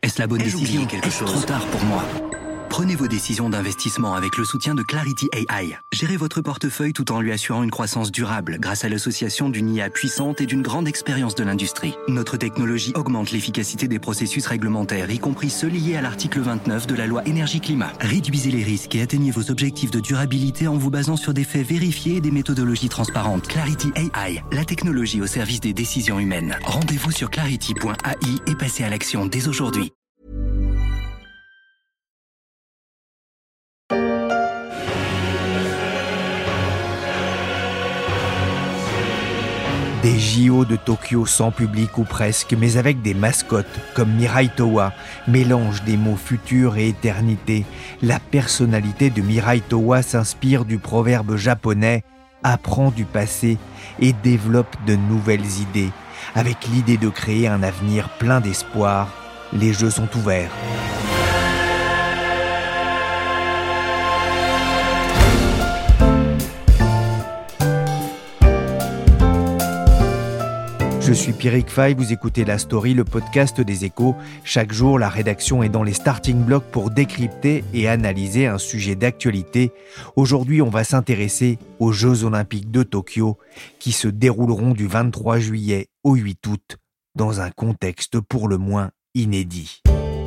Est-ce la bonne décision? Est-ce trop tard pour moi? Prenez vos décisions d'investissement avec le soutien de Clarity AI. Gérez votre portefeuille tout en lui assurant une croissance durable grâce à l'association d'une IA puissante et d'une grande expérience de l'industrie. Notre technologie augmente l'efficacité des processus réglementaires, y compris ceux liés à l'article 29 de la loi Énergie-Climat. Réduisez les risques et atteignez vos objectifs de durabilité en vous basant sur des faits vérifiés et des méthodologies transparentes. Clarity AI, la technologie au service des décisions humaines. Rendez-vous sur clarity.ai et passez à l'action dès aujourd'hui. Des JO de Tokyo sans public ou presque, mais avec des mascottes comme Mirai Towa, mélange des mots futur et éternité. La personnalité de Mirai Towa s'inspire du proverbe japonais « apprends du passé » et développe de nouvelles idées. Avec l'idée de créer un avenir plein d'espoir, les jeux sont ouverts. Je suis Pierrick Fay, vous écoutez La Story, le podcast des Échos. Chaque jour, la rédaction est dans les starting blocks pour décrypter et analyser un sujet d'actualité. Aujourd'hui, on va s'intéresser aux Jeux Olympiques de Tokyo qui se dérouleront du 23 juillet au 8 août dans un contexte pour le moins inédit.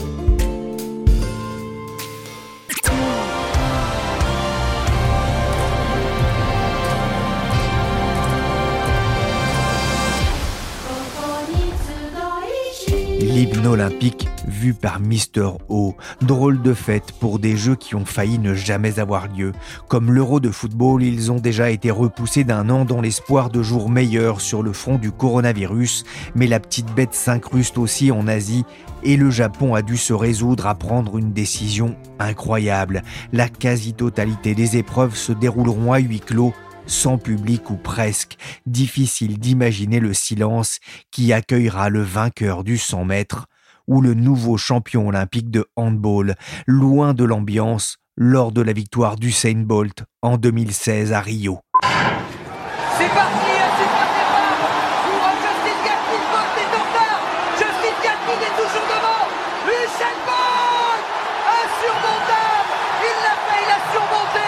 L'hymne olympique vu par Mr. O. Drôle de fête pour des jeux qui ont failli ne jamais avoir lieu. Comme l'Euro de football, ils ont déjà été repoussés d'1 an dans l'espoir de jours meilleurs sur le front du coronavirus. Mais la petite bête s'incruste aussi en Asie et le Japon a dû se résoudre à prendre une décision incroyable. La quasi-totalité des épreuves se dérouleront à huis clos, sans public ou presque. Difficile d'imaginer le silence qui accueillera le vainqueur du 100 mètres ou le nouveau champion olympique de handball, loin de l'ambiance lors de la victoire d'Usain Bolt en 2016 à Rio. C'est parti, c'est pas pour Justin Gatlin, Bolt est en retard. Justin Gatlin est toujours devant. Usain Bolt, insurmontable. Il l'a fait, il a surmonté.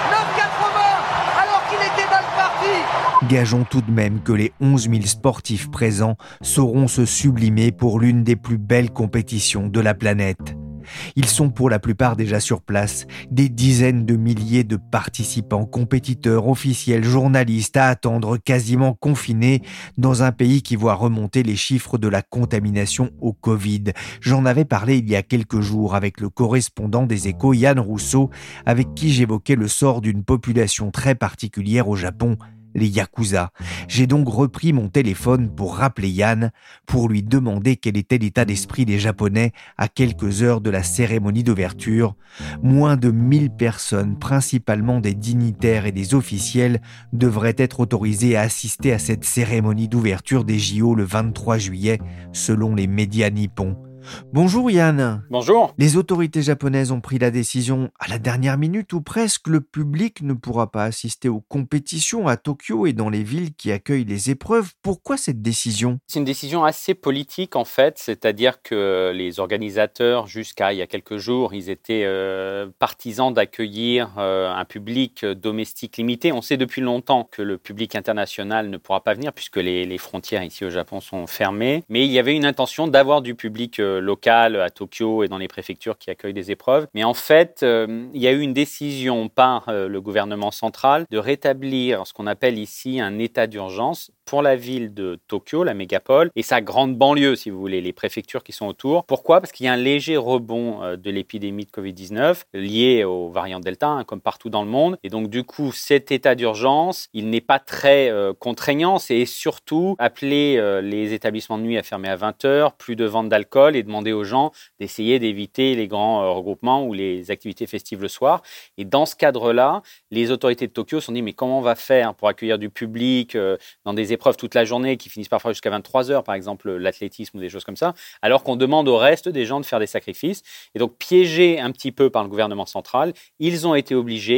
9,80 alors qu'il était mal parti. Gageons tout de même que les 11 000 sportifs présents sauront se sublimer pour l'une des plus belles compétitions de la planète. Ils sont pour la plupart déjà sur place, des dizaines de milliers de participants, compétiteurs, officiels, journalistes à attendre quasiment confinés dans un pays qui voit remonter les chiffres de la contamination au Covid. J'en avais parlé il y a quelques jours avec le correspondant des Échos, Yann Rousseau, avec qui j'évoquais le sort d'une population très particulière au Japon, les Yakuza. J'ai donc repris mon téléphone pour rappeler Yann, pour lui demander quel était l'état d'esprit des Japonais à quelques heures de la cérémonie d'ouverture. Moins de 1000 personnes, principalement des dignitaires et des officiels, devraient être autorisées à assister à cette cérémonie d'ouverture des JO le 23 juillet, selon les médias nippons. Bonjour Yann. Bonjour. Les autorités japonaises ont pris la décision à la dernière minute ou presque. Le public ne pourra pas assister aux compétitions à Tokyo et dans les villes qui accueillent les épreuves. Pourquoi cette décision ? C'est une décision assez politique en fait, c'est-à-dire que les organisateurs, jusqu'à il y a quelques jours, ils étaient partisans d'accueillir un public domestique limité. On sait depuis longtemps que le public international ne pourra pas venir puisque les frontières ici au Japon sont fermées. Mais il y avait une intention d'avoir du public local à Tokyo et dans les préfectures qui accueillent des épreuves. Mais en fait, il y a eu une décision par le gouvernement central de rétablir ce qu'on appelle ici un état d'urgence pour la ville de Tokyo, la mégapole, et sa grande banlieue, si vous voulez, les préfectures qui sont autour. Pourquoi ? Parce qu'il y a un léger rebond de l'épidémie de Covid-19 lié au variant Delta, comme partout dans le monde. Et donc, du coup, cet état d'urgence, il n'est pas très contraignant. C'est surtout appeler les établissements de nuit à fermer à 20h, plus de vente d'alcool et demander aux gens d'essayer d'éviter les grands regroupements ou les activités festives le soir. Et dans ce cadre-là, les autorités de Tokyo se sont dit, mais comment on va faire pour accueillir du public dans des épreuves toute la journée qui finissent parfois jusqu'à 23h, par exemple l'athlétisme ou des choses comme ça, alors qu'on demande au reste des gens de faire des sacrifices. Et donc, piégés un petit peu par le gouvernement central, ils ont été obligés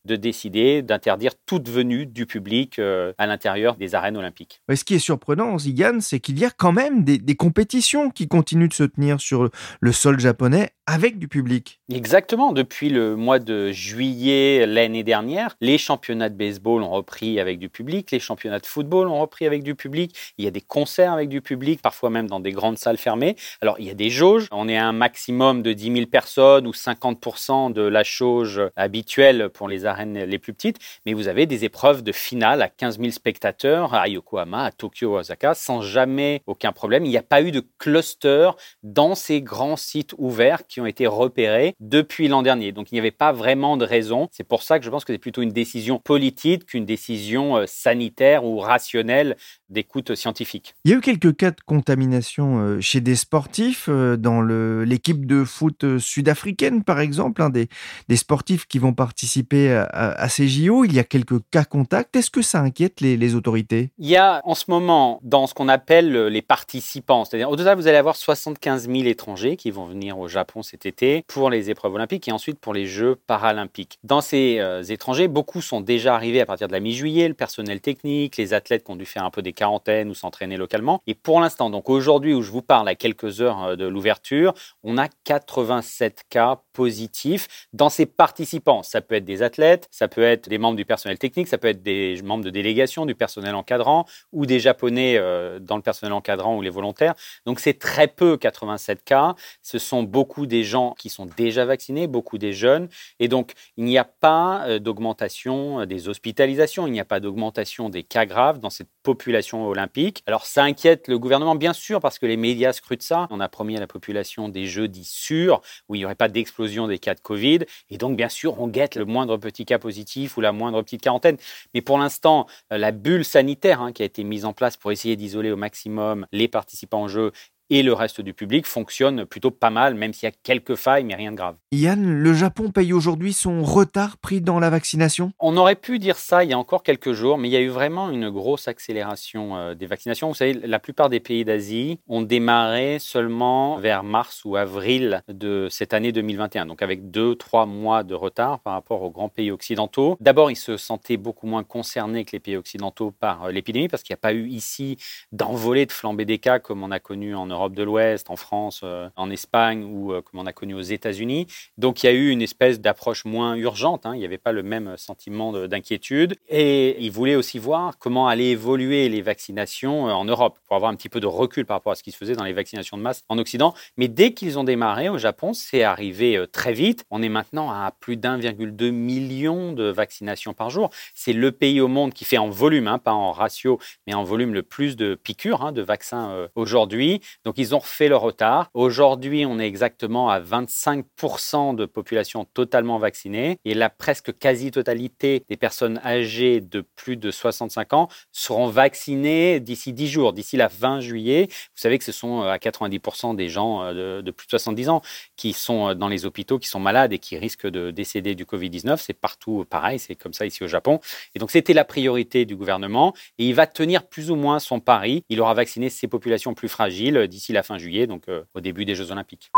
de décider d'interdire toute venue du public à l'intérieur des arènes olympiques. Ce qui est surprenant, Zigan, c'est qu'il y a quand même des compétitions qui continuent de se tenir sur le sol japonais avec du public. Exactement. Depuis le mois de juillet l'année dernière, les championnats de baseball ont repris avec du public, les championnats de football ont repris avec du public. Il y a des concerts avec du public, parfois même dans des grandes salles fermées. Alors, il y a des jauges. On est à un maximum de 10 000 personnes ou 50% de la jauge habituelle pour les arènes les plus petites. Mais vous avez des épreuves de finale à 15 000 spectateurs à Yokohama, à Tokyo, à Osaka, sans jamais aucun problème. Il n'y a pas eu de cluster dans ces grands sites ouverts qui ont été repérés depuis l'an dernier. Donc, il n'y avait pas vraiment de raison. C'est pour ça que je pense que c'est plutôt une décision politique qu'une décision sanitaire ou rationnelle d'écoute scientifique. Il y a eu quelques cas de contamination chez des sportifs, dans l'équipe de foot sud-africaine, par exemple, des sportifs qui vont participer à ces JO. Il y a quelques cas contacts. Est-ce que ça inquiète les autorités ? Il y a en ce moment, dans ce qu'on appelle les participants, c'est-à-dire au total, vous allez avoir 75 000 étrangers qui vont venir au Japon cet été pour les épreuves olympiques et ensuite pour les Jeux paralympiques. Dans ces étrangers, beaucoup sont déjà arrivés à partir de la mi-juillet, le personnel technique, les athlètes qui ont dû faire un peu des quarantaines ou s'entraîner localement. Et pour l'instant, donc aujourd'hui où je vous parle à quelques heures de l'ouverture, on a 87 cas positifs dans ces participants. Ça peut être des athlètes, ça peut être des membres du personnel technique, ça peut être des membres de délégation, du personnel encadrant ou des Japonais dans le personnel encadrant ou les volontaires. Donc c'est très peu, 87 cas. Ce sont beaucoup des gens qui sont déjà vaccinés, beaucoup des jeunes. Et donc il n'y a pas d'augmentation des hospitalisations, il n'y a pas d'augmentation des cas graves dans cette population olympique. Alors ça inquiète le gouvernement, bien sûr, parce que les médias scrutent ça. On a promis à la population des jeux dits sûrs, où il n'y aurait pas d'explosion des cas de Covid. Et donc, bien sûr, on guette le moindre petit cas positif ou la moindre petite quarantaine. Mais pour l'instant, la bulle sanitaire qui a été mise en place pour essayer d'isoler au maximum les participants aux jeux et le reste du public fonctionne plutôt pas mal, même s'il y a quelques failles, mais rien de grave. Yann, le Japon paye aujourd'hui son retard pris dans la vaccination ? On aurait pu dire ça il y a encore quelques jours, mais il y a eu vraiment une grosse accélération des vaccinations. Vous savez, la plupart des pays d'Asie ont démarré seulement vers mars ou avril de cette année 2021, donc avec 2-3 mois de retard par rapport aux grands pays occidentaux. D'abord, ils se sentaient beaucoup moins concernés que les pays occidentaux par l'épidémie, parce qu'il n'y a pas eu ici d'envolée de flambée des cas comme on a connu en Europe de l'Ouest, en France, en Espagne ou comme on a connu aux États-Unis. Donc, il y a eu une espèce d'approche moins urgente. Il n'y avait pas le même sentiment d'inquiétude. Et ils voulaient aussi voir comment allaient évoluer les vaccinations en Europe pour avoir un petit peu de recul par rapport à ce qui se faisait dans les vaccinations de masse en Occident. Mais dès qu'ils ont démarré au Japon, c'est arrivé très vite. On est maintenant à plus d'1,2 million de vaccinations par jour. C'est le pays au monde qui fait en volume, pas en ratio, mais en volume le plus de piqûres de vaccins aujourd'hui. Donc, ils ont refait le retard. Aujourd'hui, on est exactement à 25% de population totalement vaccinée et la presque quasi-totalité des personnes âgées de plus de 65 ans seront vaccinées d'ici 10 jours, d'ici la 20 juillet. Vous savez que ce sont à 90% des gens de plus de 70 ans qui sont dans les hôpitaux, qui sont malades et qui risquent de décéder du Covid-19. C'est partout pareil, c'est comme ça ici au Japon. Et donc, c'était la priorité du gouvernement et il va tenir plus ou moins son pari. Il aura vacciné ces populations plus fragiles d'ici la fin juillet, donc au début des Jeux Olympiques.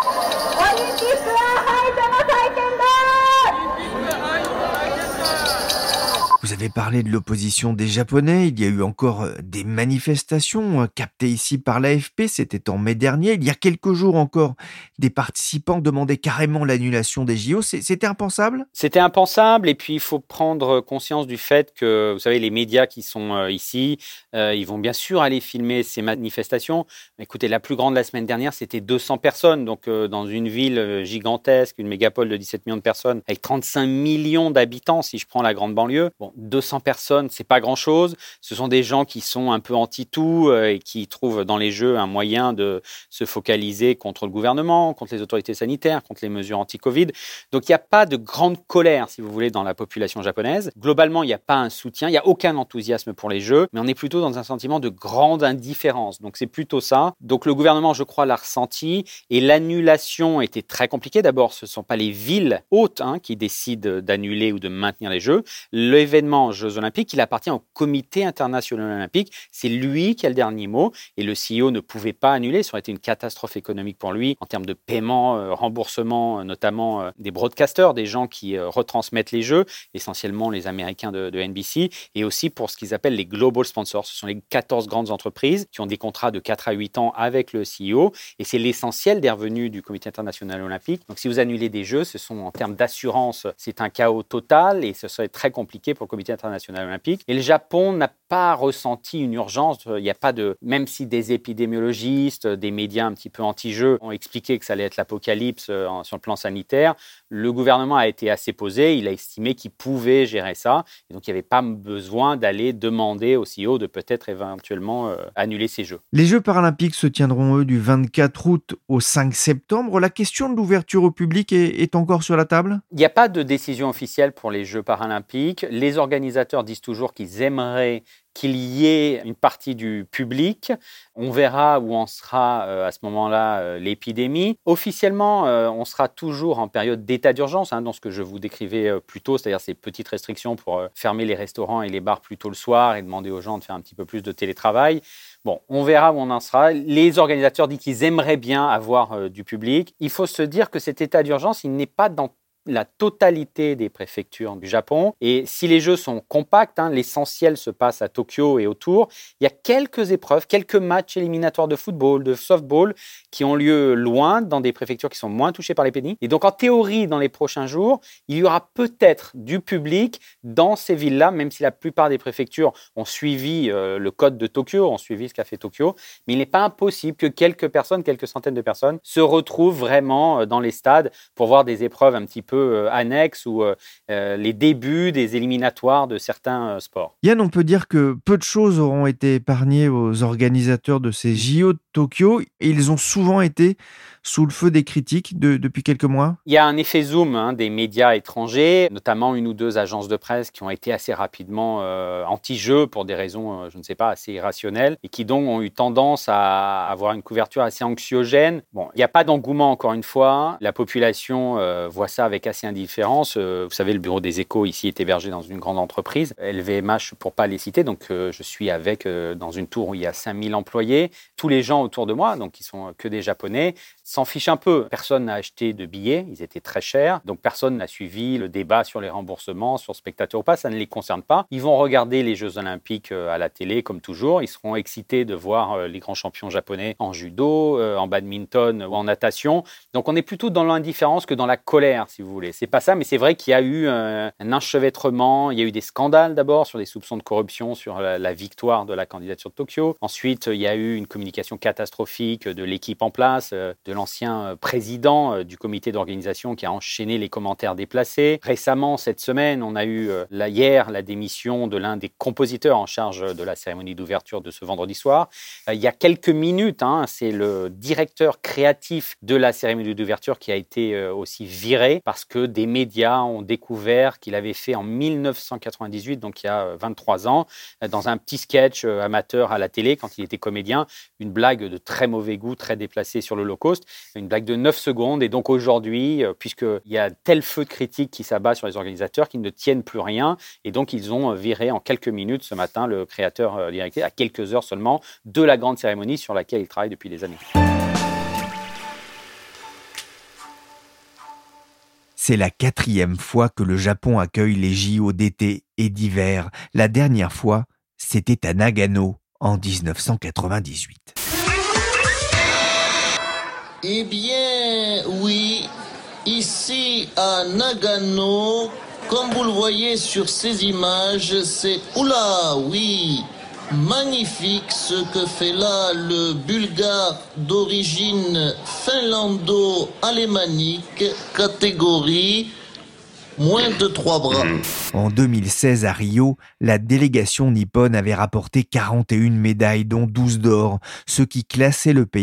Vous avez parlé de l'opposition des Japonais, il y a eu encore des manifestations captées ici par l'AFP, c'était en mai dernier. Il y a quelques jours encore, des participants demandaient carrément l'annulation des JO. C'était impensable ? C'était impensable et puis il faut prendre conscience du fait que, vous savez, les médias qui sont ici, ils vont bien sûr aller filmer ces manifestations. Écoutez, la plus grande la semaine dernière, c'était 200 personnes, donc dans une ville gigantesque, une mégapole de 17 millions de personnes, avec 35 millions d'habitants, si je prends la grande banlieue. Bon, 200 personnes, c'est pas grand-chose. Ce sont des gens qui sont un peu anti-tout et qui trouvent dans les Jeux un moyen de se focaliser contre le gouvernement, contre les autorités sanitaires, contre les mesures anti-Covid. Donc, il n'y a pas de grande colère, si vous voulez, dans la population japonaise. Globalement, il n'y a pas un soutien, il n'y a aucun enthousiasme pour les Jeux, mais on est plutôt dans un sentiment de grande indifférence. Donc, c'est plutôt ça. Donc, le gouvernement, je crois, l'a ressenti et l'annulation était très compliquée. D'abord, ce ne sont pas les villes hôtes qui décident d'annuler ou de maintenir les Jeux. L'événement événement aux Jeux Olympiques, il appartient au Comité international olympique. C'est lui qui a le dernier mot et le CEO ne pouvait pas annuler. Ça aurait été une catastrophe économique pour lui en termes de paiement, remboursement, notamment des broadcasters, des gens qui retransmettent les Jeux, essentiellement les Américains de NBC, et aussi pour ce qu'ils appellent les global sponsors. Ce sont les 14 grandes entreprises qui ont des contrats de 4 à 8 ans avec le CEO et c'est l'essentiel des revenus du Comité international olympique. Donc si vous annulez des Jeux, ce sont en termes d'assurance, c'est un chaos total et ce serait très compliqué pour le Comité international olympique. Et le Japon n'a pas ressenti une urgence. Il n'y a pas de... Même si des épidémiologistes, des médias un petit peu anti-jeux ont expliqué que ça allait être l'apocalypse sur le plan sanitaire, le gouvernement a été assez posé. Il a estimé qu'il pouvait gérer ça. Et donc, il n'y avait pas besoin d'aller demander au CEO de peut-être éventuellement annuler ces Jeux. Les Jeux paralympiques se tiendront, eux, du 24 août au 5 septembre. La question de l'ouverture au public est encore sur la table ? Il n'y a pas de décision officielle pour les Jeux paralympiques. Les organisateurs disent toujours qu'ils aimeraient qu'il y ait une partie du public. On verra où en sera à ce moment-là l'épidémie. Officiellement, on sera toujours en période d'état d'urgence, dans ce que je vous décrivais plus tôt, c'est-à-dire ces petites restrictions pour fermer les restaurants et les bars plus tôt le soir et demander aux gens de faire un petit peu plus de télétravail. Bon, on verra où on en sera. Les organisateurs disent qu'ils aimeraient bien avoir du public. Il faut se dire que cet état d'urgence, il n'est pas dans la totalité des préfectures du Japon. Et si les Jeux sont compacts, l'essentiel se passe à Tokyo et autour, il y a quelques épreuves, quelques matchs éliminatoires de football, de softball, qui ont lieu loin, dans des préfectures qui sont moins touchées par l'épidémie. Et donc, en théorie, dans les prochains jours, il y aura peut-être du public dans ces villes-là, même si la plupart des préfectures ont suivi le code de Tokyo, ont suivi ce qu'a fait Tokyo. Mais il n'est pas impossible que quelques personnes, quelques centaines de personnes, se retrouvent vraiment dans les stades pour voir des épreuves un petit peu annexes ou les débuts des éliminatoires de certains sports. Yann, on peut dire que peu de choses auront été épargnées aux organisateurs de ces JO de Tokyo et ils ont souvent été sous le feu des critiques depuis quelques mois. Il y a un effet zoom des médias étrangers, notamment une ou deux agences de presse qui ont été assez rapidement anti-jeux pour des raisons, je ne sais pas, assez irrationnelles et qui donc ont eu tendance à avoir une couverture assez anxiogène. Bon, il n'y a pas d'engouement encore une fois. La population voit ça avec assez indifférence. Vous savez, le bureau des Échos ici est hébergé dans une grande entreprise, LVMH pour pas les citer. Donc je suis dans une tour où il y a 5000 employés. Tous les gens autour de moi, donc ils sont que des Japonais, s'en fichent un peu. Personne n'a acheté de billets, ils étaient très chers. Donc personne n'a suivi le débat sur les remboursements, sur spectateurs ou pas, ça ne les concerne pas. Ils vont regarder les Jeux Olympiques à la télé comme toujours. Ils seront excités de voir les grands champions japonais en judo, en badminton ou en natation. Donc on est plutôt dans l'indifférence que dans la colère, si vous voulez. C'est pas ça, mais c'est vrai qu'il y a eu un enchevêtrement. Il y a eu des scandales d'abord sur des soupçons de corruption sur la victoire de la candidature de Tokyo. Ensuite, il y a eu une communication catastrophique de l'équipe en place, de l'ancien président du comité d'organisation qui a enchaîné les commentaires déplacés. Récemment, cette semaine, on a eu hier la démission de l'un des compositeurs en charge de la cérémonie d'ouverture de ce vendredi soir. Il y a quelques minutes, c'est le directeur créatif de la cérémonie d'ouverture qui a été aussi viré parce que des médias ont découvert qu'il avait fait en 1998, donc il y a 23 ans, dans un petit sketch amateur à la télé, quand il était comédien, une blague de très mauvais goût, très déplacée sur l'Holocauste, une blague de 9 secondes. Et donc aujourd'hui, puisqu'il y a tel feu de critique qui s'abat sur les organisateurs qu'ils ne tiennent plus rien, et donc ils ont viré en quelques minutes ce matin le créateur directeur, à quelques heures seulement, de la grande cérémonie sur laquelle il travaille depuis des années. C'est la 4e fois que le Japon accueille les JO d'été et d'hiver. La dernière fois, c'était à Nagano en 1998. Eh bien, oui, ici à Nagano, comme vous le voyez sur ces images, c'est, oula, oui, magnifique ce que fait là le Bulgare d'origine finlando-alémanique, catégorie moins de 3 bras. En 2016 à Rio, la délégation nippone avait rapporté 41 médailles, dont 12 d'or, ce qui classait le pays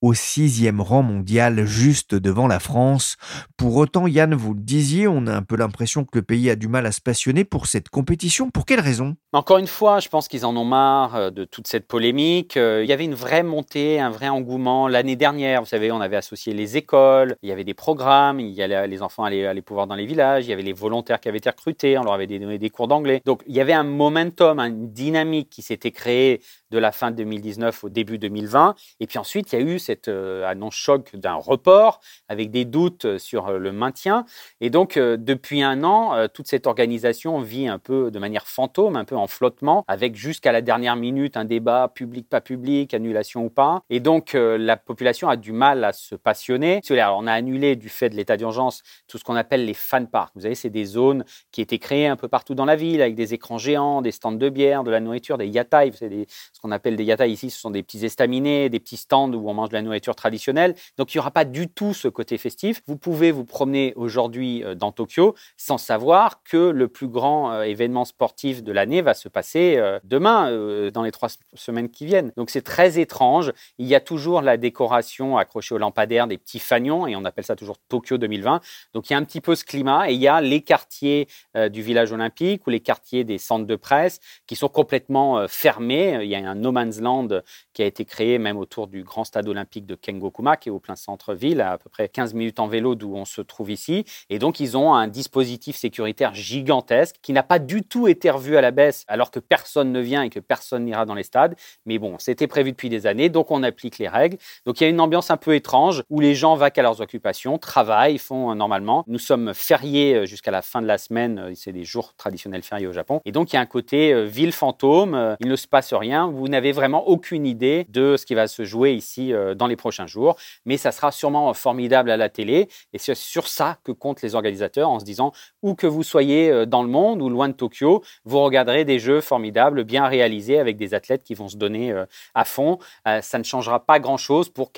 au 6e rang mondial, juste devant la France. Pour autant, Yann, vous le disiez, on a un peu l'impression que le pays a du mal à se passionner pour cette compétition. Pour quelle raison ? Encore une fois, je pense qu'ils en ont marre de toute cette polémique. Il y avait une vraie montée, un vrai engouement. L'année dernière, vous savez, on avait associé les écoles, il y avait des programmes, les enfants allaient pouvoir dans les villages, il y avait les volontaires qui avaient été recrutés, on leur avait donné des cours d'anglais. Donc, il y avait un momentum, une dynamique qui s'était créée de la fin 2019 au début 2020. Et puis ensuite, il y a eu cette annonce choc d'un report avec des doutes sur le maintien. Et donc, depuis un an, toute cette organisation vit un peu de manière fantôme, un peu en flottement, avec jusqu'à la dernière minute un débat public, pas public, annulation ou pas. Et donc, la population a du mal à se passionner. Alors, on a annulé du fait de l'état d'urgence tout ce qu'on appelle les fan parks. Vous savez, c'est des zones qui étaient créées un peu partout dans la ville avec des écrans géants, des stands de bière, de la nourriture, des yatai. Vous savez, ce qu'on appelle des yatai ici, ce sont des petits estaminets, des petits stands où on mange de la nourriture traditionnelle. Donc, il n'y aura pas du tout ce côté festif. Vous pouvez vous promener aujourd'hui dans Tokyo sans savoir que le plus grand événement sportif de l'année va se passer demain, dans les 3 semaines qui viennent. Donc, c'est très étrange. Il y a toujours la décoration accrochée au lampadaire, des petits fanions, et on appelle ça toujours Tokyo 2020. Donc, il y a un petit peu ce climat, et il y a les quartiers du village olympique ou les quartiers des centres de presse qui sont complètement fermés. Il y a un no man's land qui a été créé même autour du grand stade olympique de Kengokuma, qui est au plein centre-ville, à peu près 15 minutes en vélo d'où on se trouve ici. Et donc, ils ont un dispositif sécuritaire gigantesque qui n'a pas du tout été revu à la baisse, alors que personne ne vient et que personne n'ira dans les stades. Mais bon, c'était prévu depuis des années, donc on applique les règles. Donc, il y a une ambiance un peu étrange où les gens vaquent à leurs occupations, travaillent, font normalement. Nous sommes fériés jusqu'à la fin de la semaine. C'est des jours traditionnels fériés au Japon. Et donc, il y a un côté ville fantôme. Il ne se passe rien. Vous n'avez vraiment aucune idée de ce qui va se jouer ici dans les prochains jours. Mais ça sera sûrement formidable à la télé. Et c'est sur ça que comptent les organisateurs, en se disant, où que vous soyez dans le monde ou loin de Tokyo, vous regarderez des jeux formidables, bien réalisés, avec des athlètes qui vont se donner à fond. Ça ne changera pas grand-chose pour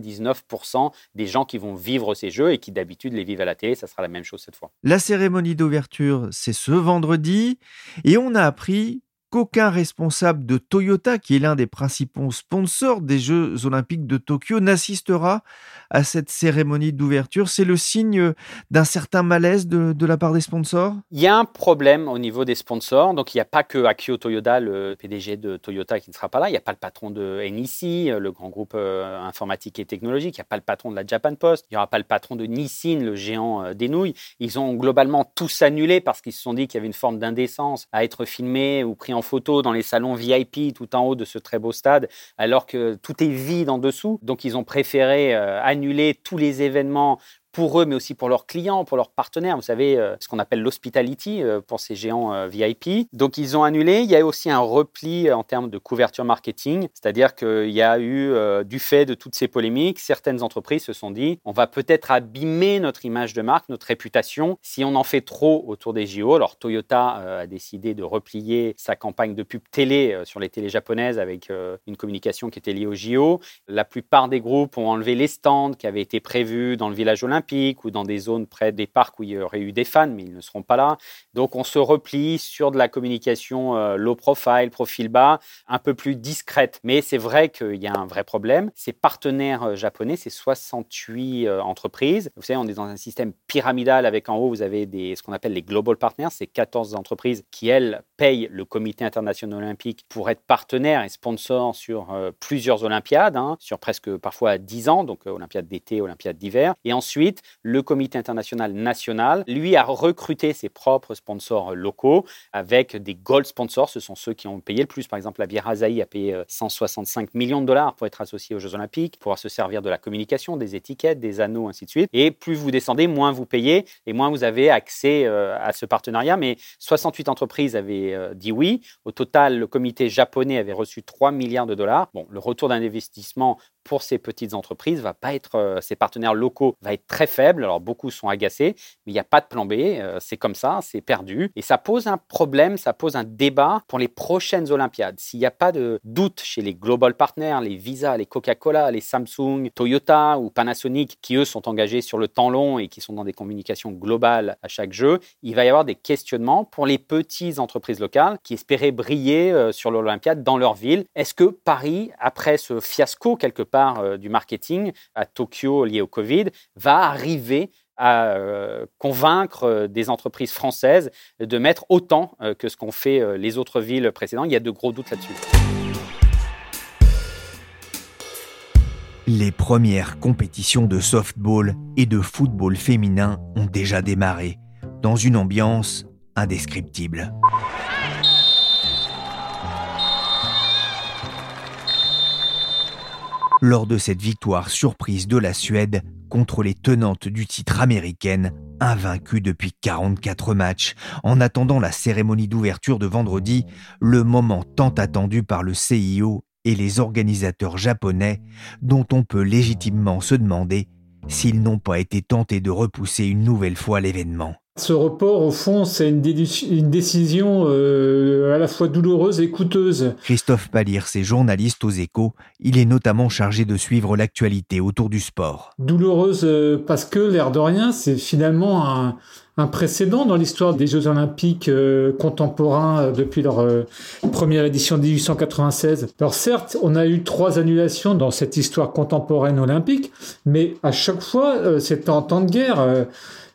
99% des gens qui vont vivre ces jeux et qui d'habitude les vivent à la télé. Ça sera la même chose cette fois. La cérémonie d'ouverture, c'est ce vendredi, et on a appris qu'aucun responsable de Toyota, qui est l'un des principaux sponsors des Jeux Olympiques de Tokyo, n'assistera à cette cérémonie d'ouverture. C'est le signe d'un certain malaise de la part des sponsors ? Il y a un problème au niveau des sponsors. Donc, il n'y a pas que Akio Toyoda, le PDG de Toyota, qui ne sera pas là. Il n'y a pas le patron de NEC, le grand groupe informatique et technologique. Il n'y a pas le patron de la Japan Post. Il n'y aura pas le patron de Nissin, le géant des nouilles. Ils ont globalement tous annulé parce qu'ils se sont dit qu'il y avait une forme d'indécence à être filmé ou pris en photo dans les salons VIP tout en haut de ce très beau stade, alors que tout est vide en dessous. Donc, ils ont préféré annuler tous les événements pour eux, mais aussi pour leurs clients, pour leurs partenaires. Vous savez, ce qu'on appelle l'hospitality pour ces géants VIP. Donc, ils ont annulé. Il y a aussi un repli en termes de couverture marketing, c'est-à-dire qu'il y a eu, du fait de toutes ces polémiques, certaines entreprises se sont dit, on va peut-être abîmer notre image de marque, notre réputation, si on en fait trop autour des JO. Alors, Toyota a décidé de replier sa campagne de pub télé sur les télés japonaises avec une communication qui était liée aux JO. La plupart des groupes ont enlevé les stands qui avaient été prévus dans le village olympique ou dans des zones près des parcs où il y aurait eu des fans, mais ils ne seront pas là. Donc, on se replie sur de la communication low profile, profil bas, un peu plus discrète. Mais c'est vrai qu'il y a un vrai problème. Ces partenaires japonais, c'est 68 entreprises. Vous savez, on est dans un système pyramidal avec en haut, vous avez ce qu'on appelle les global partners, c'est 14 entreprises qui, elles, payent le comité international olympique pour être partenaires et sponsors sur plusieurs olympiades, sur presque parfois 10 ans, donc olympiade d'été, olympiade d'hiver. Et ensuite, le comité international national, lui, a recruté ses propres sponsors locaux avec des gold sponsors. Ce sont ceux qui ont payé le plus. Par exemple, la bière Asahi a payé 165 millions de dollars pour être associé aux Jeux Olympiques, pour pouvoir se servir de la communication, des étiquettes, des anneaux, ainsi de suite. Et plus vous descendez, moins vous payez et moins vous avez accès à ce partenariat. Mais 68 entreprises avaient dit oui. Au total, le comité japonais avait reçu 3 milliards de dollars. Bon, le retour d'un investissement pour ces petites entreprises va pas être, ces partenaires locaux va être très faible. Alors, beaucoup sont agacés, mais il n'y a pas de plan B. C'est comme ça, c'est perdu. Et ça pose un problème, ça pose un débat pour les prochaines Olympiades. S'il n'y a pas de doute chez les global partners, les Visa, les Coca-Cola, les Samsung, Toyota ou Panasonic, qui eux sont engagés sur le temps long et qui sont dans des communications globales à chaque jeu, il va y avoir des questionnements pour les petites entreprises locales qui espéraient briller sur l'Olympiade dans leur ville. Est-ce que Paris, après ce fiasco quelque part du marketing à Tokyo lié au Covid, va arriver à convaincre des entreprises françaises de mettre autant que ce qu'ont fait les autres villes précédentes. Il y a de gros doutes là-dessus. Les premières compétitions de softball et de football féminin ont déjà démarré, dans une ambiance indescriptible. Lors de cette victoire surprise de la Suède contre les tenantes du titre américaine, invaincues depuis 44 matchs, en attendant la cérémonie d'ouverture de vendredi, le moment tant attendu par le CIO et les organisateurs japonais, dont on peut légitimement se demander s'ils n'ont pas été tentés de repousser une nouvelle fois l'événement. Ce report, au fond, c'est une décision à la fois douloureuse et coûteuse. Christophe Palirs est journaliste aux Échos. Il est notamment chargé de suivre l'actualité autour du sport. Douloureuse parce que, l'air de rien, c'est finalement un précédent dans l'histoire des Jeux Olympiques contemporains depuis leur première édition de 1896. Alors certes, on a eu 3 annulations dans cette histoire contemporaine olympique, mais à chaque fois, c'était en temps de guerre.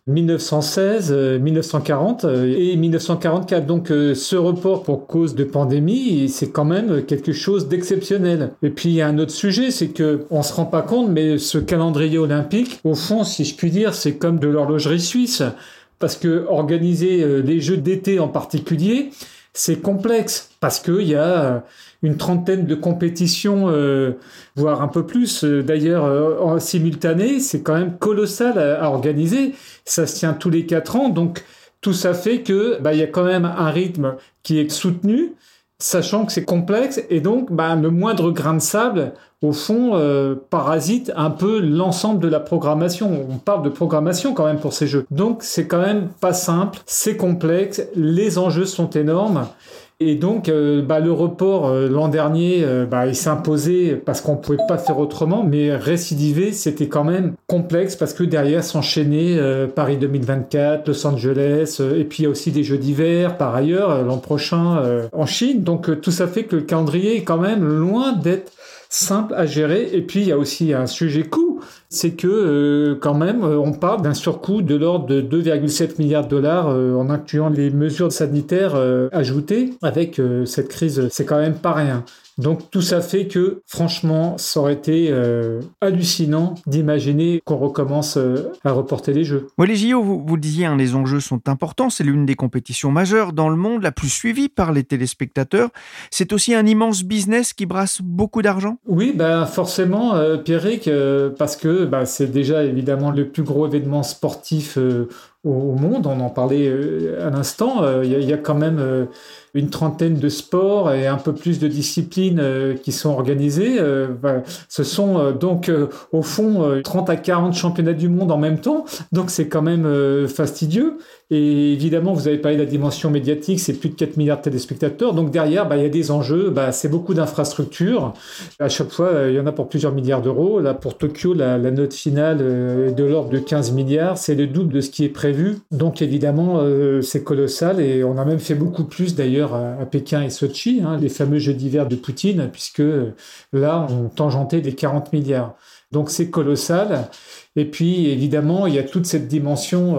1916, 1940 et 1944. Donc ce report pour cause de pandémie, c'est quand même quelque chose d'exceptionnel. Et puis il y a un autre sujet, c'est que on se rend pas compte, mais ce calendrier olympique, au fond, si je puis dire, c'est comme de l'horlogerie suisse. Parce que organiser les Jeux d'été en particulier, c'est complexe. Parce qu'il y a une trentaine de compétitions, voire un peu plus, d'ailleurs, en simultané. C'est quand même colossal à organiser. Ça se tient tous les 4 ans. Donc, tout ça fait que, y a quand même un rythme qui est soutenu, sachant que c'est complexe. Et donc, le moindre grain de sable, au fond, parasite un peu l'ensemble de la programmation. On parle de programmation quand même pour ces Jeux. Donc, c'est quand même pas simple. C'est complexe. Les enjeux sont énormes. Et donc, le report l'an dernier, il s'est imposé parce qu'on pouvait pas faire autrement, mais récidiver, c'était quand même complexe parce que derrière s'enchaînaient Paris 2024, Los Angeles, et puis il y a aussi des Jeux d'hiver par ailleurs l'an prochain en Chine. Donc tout ça fait que le calendrier est quand même loin d'être simple à gérer. Et puis il y a aussi un sujet coût, c'est que quand même on parle d'un surcoût de l'ordre de 2,7 milliards de dollars en incluant les mesures sanitaires ajoutées avec cette crise. C'est quand même pas rien. Donc tout ça fait que, franchement, ça aurait été hallucinant d'imaginer qu'on recommence à reporter les Jeux. Oui, les JO, vous le disiez, les enjeux sont importants. C'est l'une des compétitions majeures dans le monde, la plus suivie par les téléspectateurs. C'est aussi un immense business qui brasse beaucoup d'argent. Oui, forcément, Pierrick, parce que c'est déjà évidemment le plus gros événement sportif au monde. On en parlait à l'instant. Il y a quand même une trentaine de sports et un peu plus de disciplines qui sont organisées. Ce sont donc au fond 30 à 40 championnats du monde en même temps. Donc c'est quand même fastidieux. Et évidemment, vous avez parlé de la dimension médiatique, c'est plus de 4 milliards de téléspectateurs. Donc derrière, il y a des enjeux, c'est beaucoup d'infrastructures. À chaque fois, il y en a pour plusieurs milliards d'euros. Là, pour Tokyo, la note finale est de l'ordre de 15 milliards. C'est le double de ce qui est prévu. Donc évidemment, c'est colossal. Et on a même fait beaucoup plus d'ailleurs à Pékin et Sochi, les fameux Jeux d'hiver de Poutine, puisque là, on tangentait les 40 milliards. Donc c'est colossal. Et puis évidemment, il y a toute cette dimension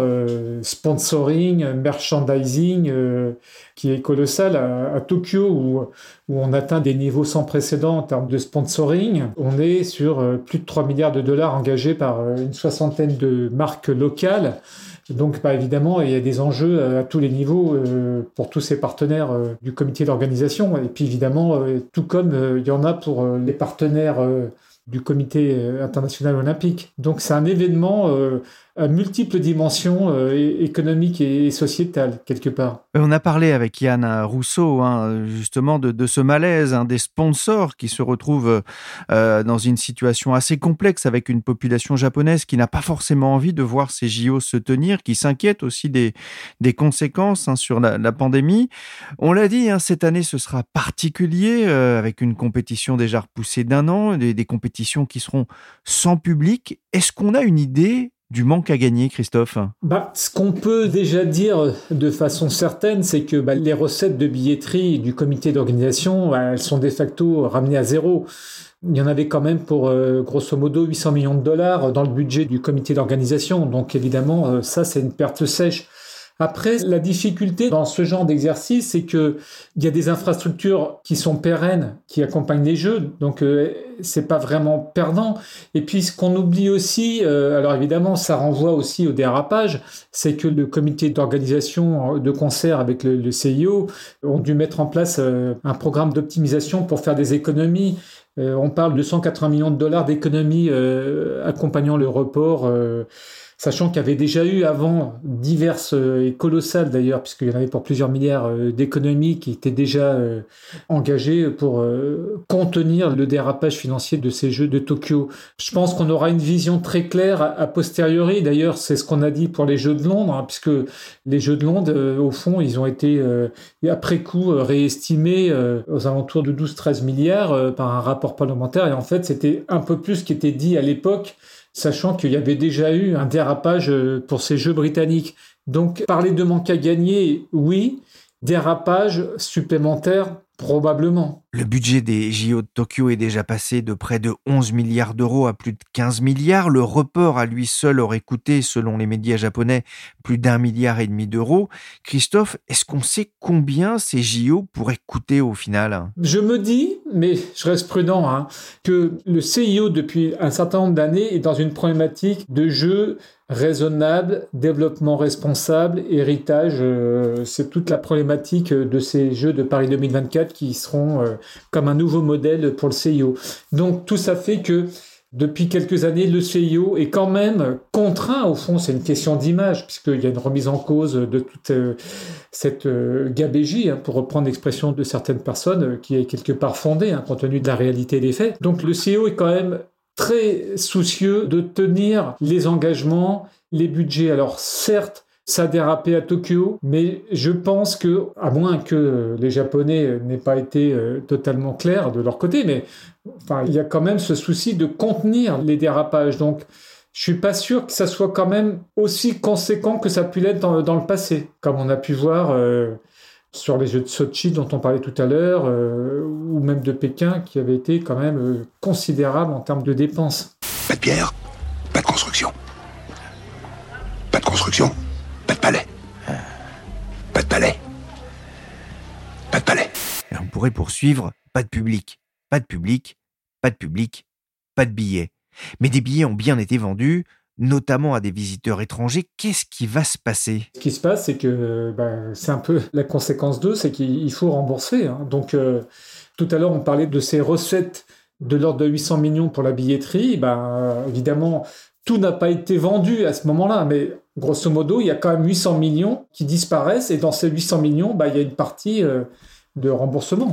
sponsoring, merchandising qui est colossale à Tokyo où on atteint des niveaux sans précédent en termes de sponsoring. On est sur plus de 3 milliards de dollars engagés par une soixantaine de marques locales. Donc évidemment, il y a des enjeux à tous les niveaux pour tous ces partenaires du comité d'organisation. Et puis évidemment, tout comme il y en a pour les partenaires du comité international olympique. Donc c'est un événement à multiples dimensions économiques et sociétales, quelque part. On a parlé avec Yann Rousseau justement de ce malaise des sponsors qui se retrouvent dans une situation assez complexe avec une population japonaise qui n'a pas forcément envie de voir ces JO se tenir, qui s'inquiète aussi des conséquences sur la pandémie. On l'a dit, cette année ce sera particulier avec une compétition déjà repoussée d'1 an, des compétitions qui seront sans public. Est-ce qu'on a une idée du manque à gagner, Christophe? Ce qu'on peut déjà dire de façon certaine, c'est que les recettes de billetterie du comité d'organisation, elles sont de facto ramenées à zéro. Il y en avait quand même pour, grosso modo, 800 millions de dollars dans le budget du comité d'organisation. Donc évidemment, ça, c'est une perte sèche. Après, la difficulté dans ce genre d'exercice, c'est que il y a des infrastructures qui sont pérennes, qui accompagnent les jeux, donc c'est pas vraiment perdant. Et puis, ce qu'on oublie aussi, alors évidemment, ça renvoie aussi au dérapage, c'est que le comité d'organisation de concert avec le CIO ont dû mettre en place un programme d'optimisation pour faire des économies. On parle de 180 millions de dollars d'économies accompagnant le report, sachant qu'il y avait déjà eu avant diverses et colossales d'ailleurs, puisqu'il y en avait pour plusieurs milliards d'économies qui étaient déjà engagées pour contenir le dérapage financier de ces Jeux de Tokyo. Je pense qu'on aura une vision très claire a posteriori. D'ailleurs, c'est ce qu'on a dit pour les Jeux de Londres, puisque les Jeux de Londres, au fond, ils ont été après coup réestimés aux alentours de 12-13 milliards par un rapport parlementaire. Et en fait, c'était un peu plus ce qui était dit à l'époque, sachant qu'il y avait déjà eu un dérapage pour ces Jeux britanniques. Donc, parler de manque à gagner, oui. Dérapage supplémentaire, probablement. Le budget des JO de Tokyo est déjà passé de près de 11 milliards d'euros à plus de 15 milliards. Le report à lui seul aurait coûté, selon les médias japonais, plus d'1,5 milliard d'euros. Christophe, est-ce qu'on sait combien ces JO pourraient coûter au final? Je me dis, mais je reste prudent, que le CIO, depuis un certain nombre d'années, est dans une problématique de jeux raisonnable, développement responsable, héritage. C'est toute la problématique de ces Jeux de Paris 2024 qui seront comme un nouveau modèle pour le CIO. Donc tout ça fait que depuis quelques années, le CIO est quand même contraint, au fond, c'est une question d'image, puisqu'il y a une remise en cause de toute cette gabégie, pour reprendre l'expression de certaines personnes, qui est quelque part fondée, compte tenu de la réalité des faits. Donc le CIO est quand même très soucieux de tenir les engagements, les budgets. Alors certes, ça a dérapé à Tokyo, mais je pense que, à moins que les Japonais n'aient pas été totalement clairs de leur côté, mais il y a quand même ce souci de contenir les dérapages. Donc je suis pas sûr que ça soit quand même aussi conséquent que ça a pu l'être dans le passé, comme on a pu voir sur les Jeux de Sochi dont on parlait tout à l'heure, ou même de Pékin, qui avait été quand même considérable en termes de dépenses. Pas de pierre, pas de construction. Pas de construction, pas de palais. Pas de palais. Pas de palais. Et on pourrait poursuivre, pas de public, pas de public, pas de public, pas de billets. Mais des billets ont bien été vendus, notamment à des visiteurs étrangers. Qu'est-ce qui va se passer? Ce qui se passe, c'est que c'est un peu la conséquence d'eux, c'est qu'il faut rembourser. Donc, tout à l'heure, on parlait de ces recettes de l'ordre de 800 millions pour la billetterie. Évidemment, tout n'a pas été vendu à ce moment-là, mais grosso modo, il y a quand même 800 millions qui disparaissent, et dans ces 800 millions, il y a une partie de remboursement.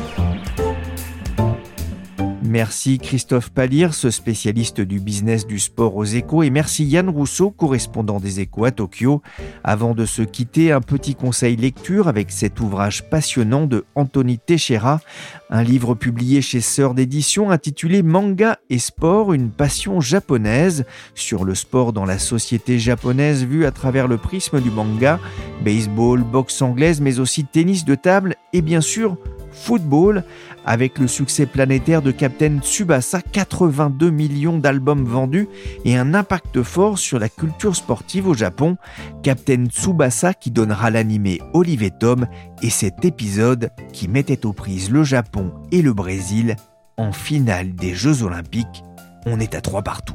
Merci Christophe Palirs, ce spécialiste du business du sport aux Échos, et merci Yann Rousseau, correspondant des Échos à Tokyo. Avant de se quitter, un petit conseil lecture avec cet ouvrage passionnant de Anthony Teixeira, un livre publié chez Sœur d'édition intitulé Manga et sport, une passion japonaise, sur le sport dans la société japonaise vue à travers le prisme du manga, baseball, boxe anglaise, mais aussi tennis de table et bien sûr football. Avec le succès planétaire de Captain Tsubasa, 82 millions d'albums vendus et un impact fort sur la culture sportive au Japon. Captain Tsubasa qui donnera l'animé Olive et Tom, et cet épisode qui mettait aux prises le Japon et le Brésil en finale des Jeux Olympiques. On est à 3 partout.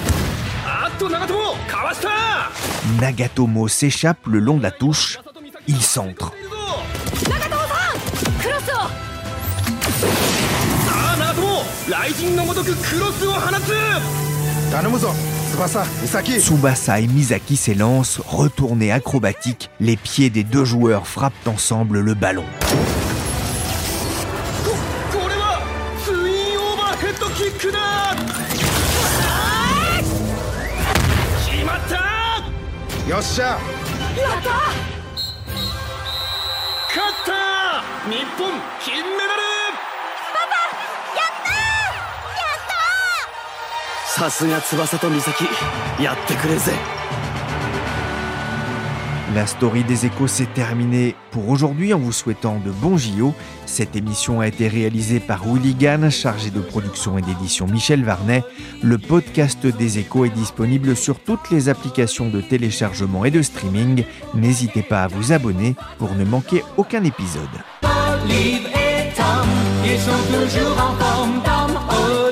Nagatomo s'échappe le long de la touche. Il centre. Tsubasa et Misaki s'élancent, retournés acrobatiques, les pieds des deux joueurs frappent ensemble le ballon. さすが翼と岬やってくれるぜ。 La story des échos s'est terminée pour aujourd'hui en vous souhaitant de bons JO. Cette émission a été réalisée par Willy Gann, chargé de production et d'édition Michel Varnet. Le podcast des échos est disponible sur toutes les applications de téléchargement et de streaming. N'hésitez pas à vous abonner pour ne manquer aucun épisode. Olive et Tom, ils sont toujours en forme, Tom,